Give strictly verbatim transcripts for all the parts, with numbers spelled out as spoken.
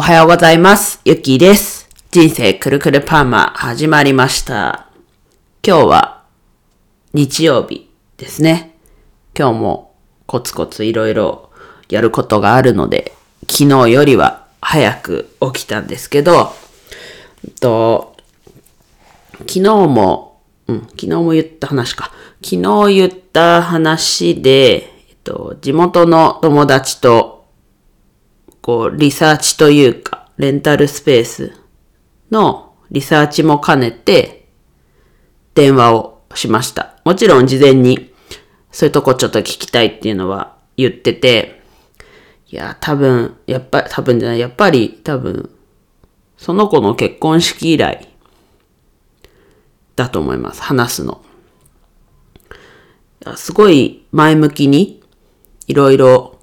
おはようございます。ゆきです。人生くるくるパーマ始まりました。今日は日曜日ですね。今日もコツコツいろいろやることがあるので、昨日よりは早く起きたんですけど、と昨日も、うん、昨日も言った話か。昨日言った話で、えっと、地元の友達とこう、リサーチというか、レンタルスペースのリサーチも兼ねて、電話をしました。もちろん事前に、そういうとこちょっと聞きたいっていうのは言ってて、いや、多分、やっぱり、多分じゃない、やっぱり、多分、その子の結婚式以来、だと思います。話すの。いやすごい前向きに、いろいろ、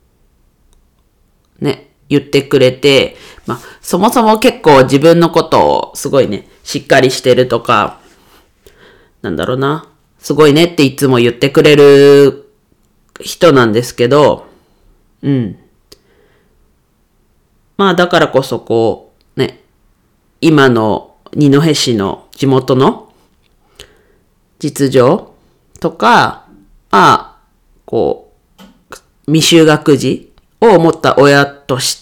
ね、言ってくれて、まあ、そもそも結構自分のことをすごいね、しっかりしてるとか、なんだろうな、すごいねっていつも言ってくれる人なんですけど、うん。まあだからこそこう、ね、今の二戸市の地元の実情とか、まあ、こう、未就学児を持った親として、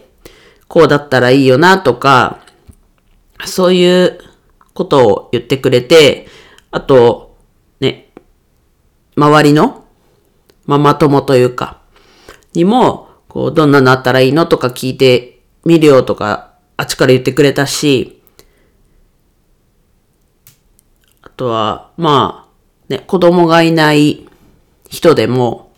こうだったらいいよなとか、そういうことを言ってくれて、あと、ね、周りのママ友というか、にも、こう、どんなのあったらいいのとか聞いてみるよとか、あっちから言ってくれたし、あとは、まあ、ね、子供がいない人でも、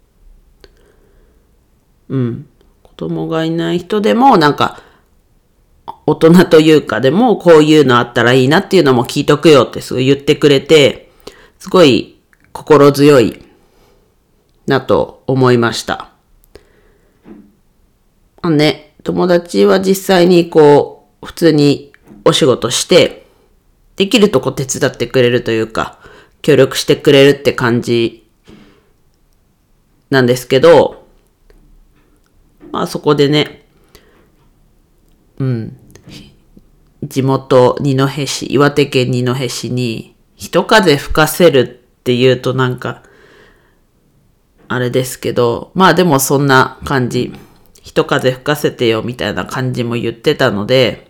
うん。子供がいない人でも、なんか、大人というかでも、こういうのあったらいいなっていうのも聞いとくよってすごい言ってくれて、すごい心強いなと思いました。あね、友達は実際にこう、普通にお仕事して、できるとこ手伝ってくれるというか、協力してくれるって感じなんですけど、まあそこでね、うん、地元二戸市、岩手県二戸市に、一風吹かせるって言うとなんか、あれですけど、まあでもそんな感じ、一風吹かせてよみたいな感じも言ってたので、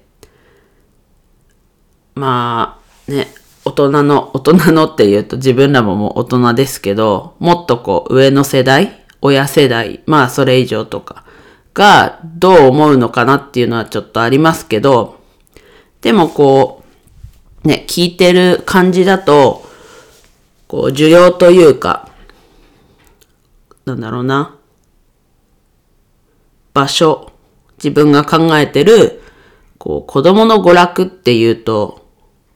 まあね、大人の、大人のって言うと自分らももう大人ですけど、もっとこう上の世代、親世代、まあそれ以上とかがどう思うのかなっていうのはちょっとありますけど、でもこう、ね、聞いてる感じだと、こう需要というか、なんだろうな、場所、自分が考えてる、こう子供の娯楽っていうと、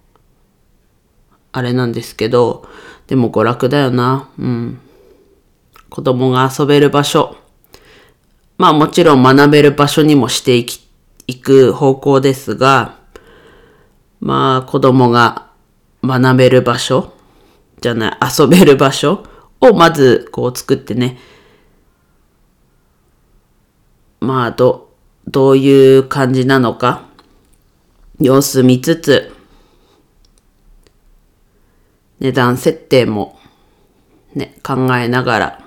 あれなんですけど、でも娯楽だよな。うん。子供が遊べる場所。まあもちろん学べる場所にもしていき、いく方向ですが、まあ子供が学べる場所じゃない、遊べる場所をまずこう作ってね。まあど、どういう感じなのか、様子見つつ、値段設定もね、考えながら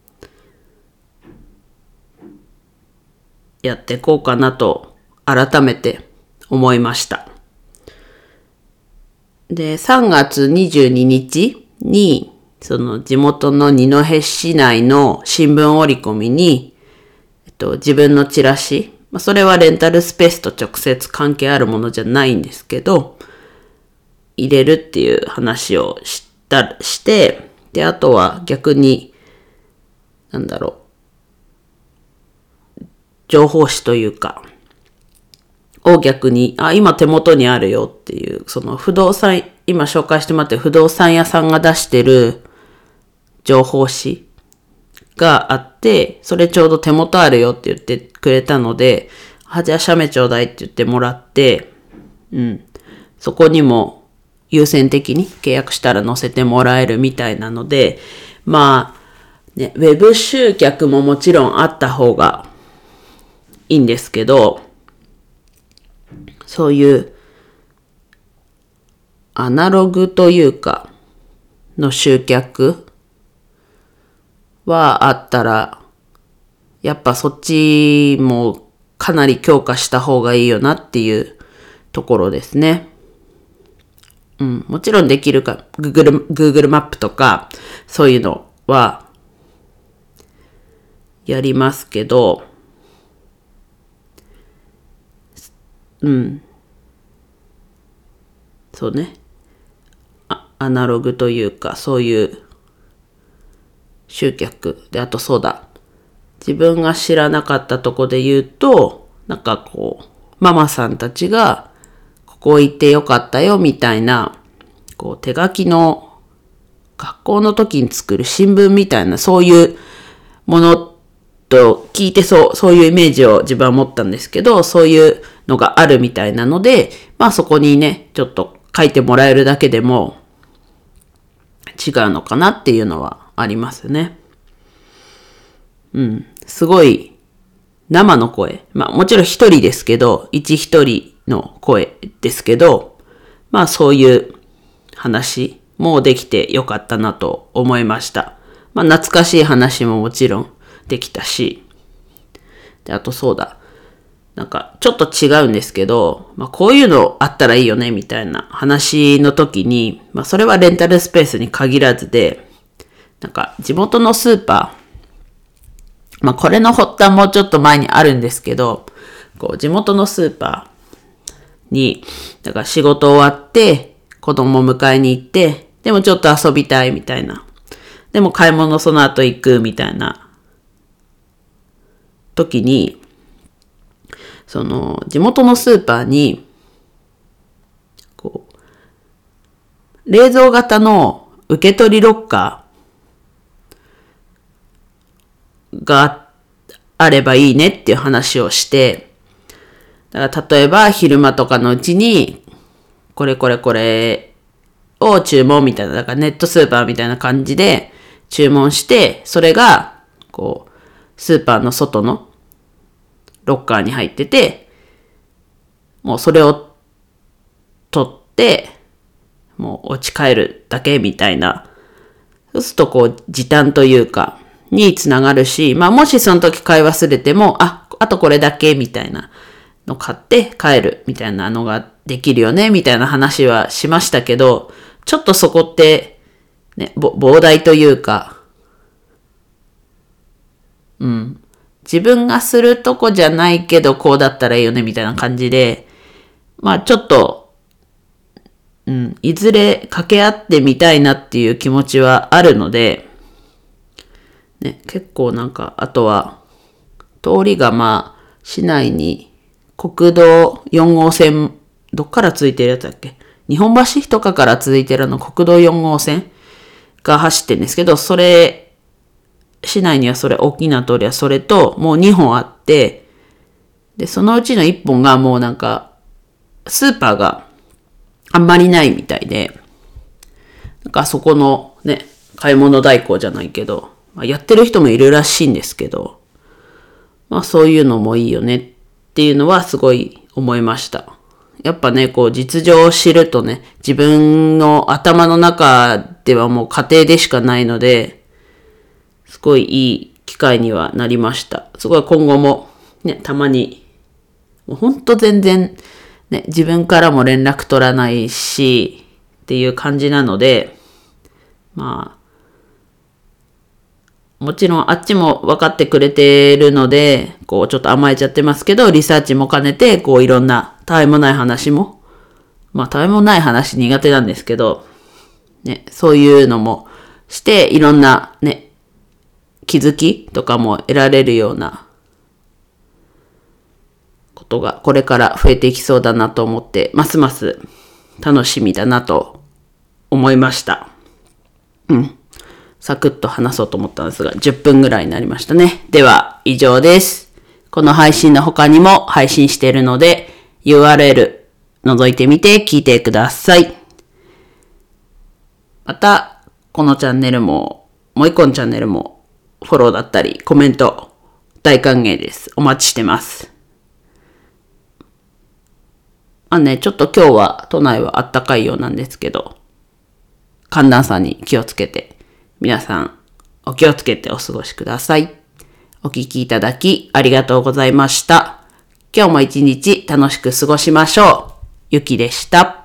やっていこうかなと改めて思いました。で、さんがつにじゅうににちに、その地元の二戸市内の新聞折り込みに、えっと、自分のチラシ、まあ、それはレンタルスペースと直接関係あるものじゃないんですけど、入れるっていう話をした、して、で、あとは逆に、なんだろう、情報誌というか、を逆に、あ、今手元にあるよっていう、その不動産、今紹介してもらって不動産屋さんが出してる情報誌があって、それちょうど手元あるよって言ってくれたので、あ、じゃあ写メちょうだいって言ってもらって、うん。そこにも優先的に契約したら載せてもらえるみたいなので、まあ、ね、ウェブ集客ももちろんあった方がいいんですけど、 そういうアナログというかの集客はあったら、やっぱそっちもかなり強化した方がいいよなっていうところですね。うん、もちろんできるか、Google、Google マップとかそういうのはやりますけど、うん。そうね。アナログというか、そういう集客。で、あとそうだ。自分が知らなかったとこで言うと、なんかこう、ママさんたちが、ここ行ってよかったよ、みたいな、こう、手書きの、学校の時に作る新聞みたいな、そういうものと聞いてそう、そういうイメージを自分は持ったんですけど、そういうのがあるみたいなので、まあそこにね、ちょっと書いてもらえるだけでも違うのかなっていうのはありますね。うん。すごい生の声。まあもちろん一人ですけど、一一人の声ですけど、まあそういう話もできてよかったなと思いました。まあ懐かしい話ももちろんできたし、で、あとそうだ。なんかちょっと違うんですけど、まあこういうのあったらいいよねみたいな話の時に、まあそれはレンタルスペースに限らずで、なんか地元のスーパー、まあこれの発端もうちょっと前にあるんですけど、こう地元のスーパーに、だから仕事終わって子供迎えに行って、でもちょっと遊びたいみたいな。でも買い物その後行くみたいな時に、その地元のスーパーに、こう、冷蔵型の受け取りロッカーがあればいいねっていう話をして、だから例えば昼間とかのうちに、これこれこれを注文みたいな、だからネットスーパーみたいな感じで注文して、それが、こう、スーパーの外のロッカーに入ってて、もうそれを取って、もう落ち帰るだけみたいな。そうするとこう時短というか、につながるし、まあもしその時買い忘れても、あ、あとこれだけみたいなの買って帰るみたいなのができるよねみたいな話はしましたけど、ちょっとそこって、ね、膨大というか、うん。自分がするとこじゃないけど、こうだったらいいよね、みたいな感じで、まあちょっと、うん、いずれ掛け合ってみたいなっていう気持ちはあるので、ね、結構なんか、あとは、通りがまあ、市内に国道よん号線、どっから続いてるやつだっけ？日本橋とかから続いてるの国道よん号線が走ってるんですけど、それ、市内にはそれ、大きな通りはそれと、もうにほんあって、で、そのうちのいっぽんがもうなんか、スーパーがあんまりないみたいで、なんかそこのね、買い物代行じゃないけど、まあ、やってる人もいるらしいんですけど、まあそういうのもいいよねっていうのはすごい思いました。やっぱね、こう実情を知るとね、自分の頭の中ではもう家庭でしかないので、すごいいい機会にはなりました。すごい今後もね、たまに、もうほんと全然ね、自分からも連絡取らないし、っていう感じなので、まあ、もちろんあっちも分かってくれてるので、こうちょっと甘えちゃってますけど、リサーチも兼ねて、こういろんなたわいもない話も、まあたわいもない話苦手なんですけど、ね、そういうのもして、いろんなね、気づきとかも得られるようなことがこれから増えていきそうだなと思って、ますます楽しみだなと思いました。うん。サクッと話そうと思ったんですが、じゅっぷんぐらいになりましたね。では、以上です。この配信の他にも配信しているので、ユーアールエル 覗いてみて聞いてください。また、このチャンネルも、もう一個のチャンネルも、フォローだったり、コメント、大歓迎です。お待ちしてます。 あね、ちょっと今日は都内は暖かいようなんですけど、寒暖差に気をつけて、皆さんお気をつけてお過ごしください。お聞きいただきありがとうございました。今日も一日楽しく過ごしましょう。ゆきでした。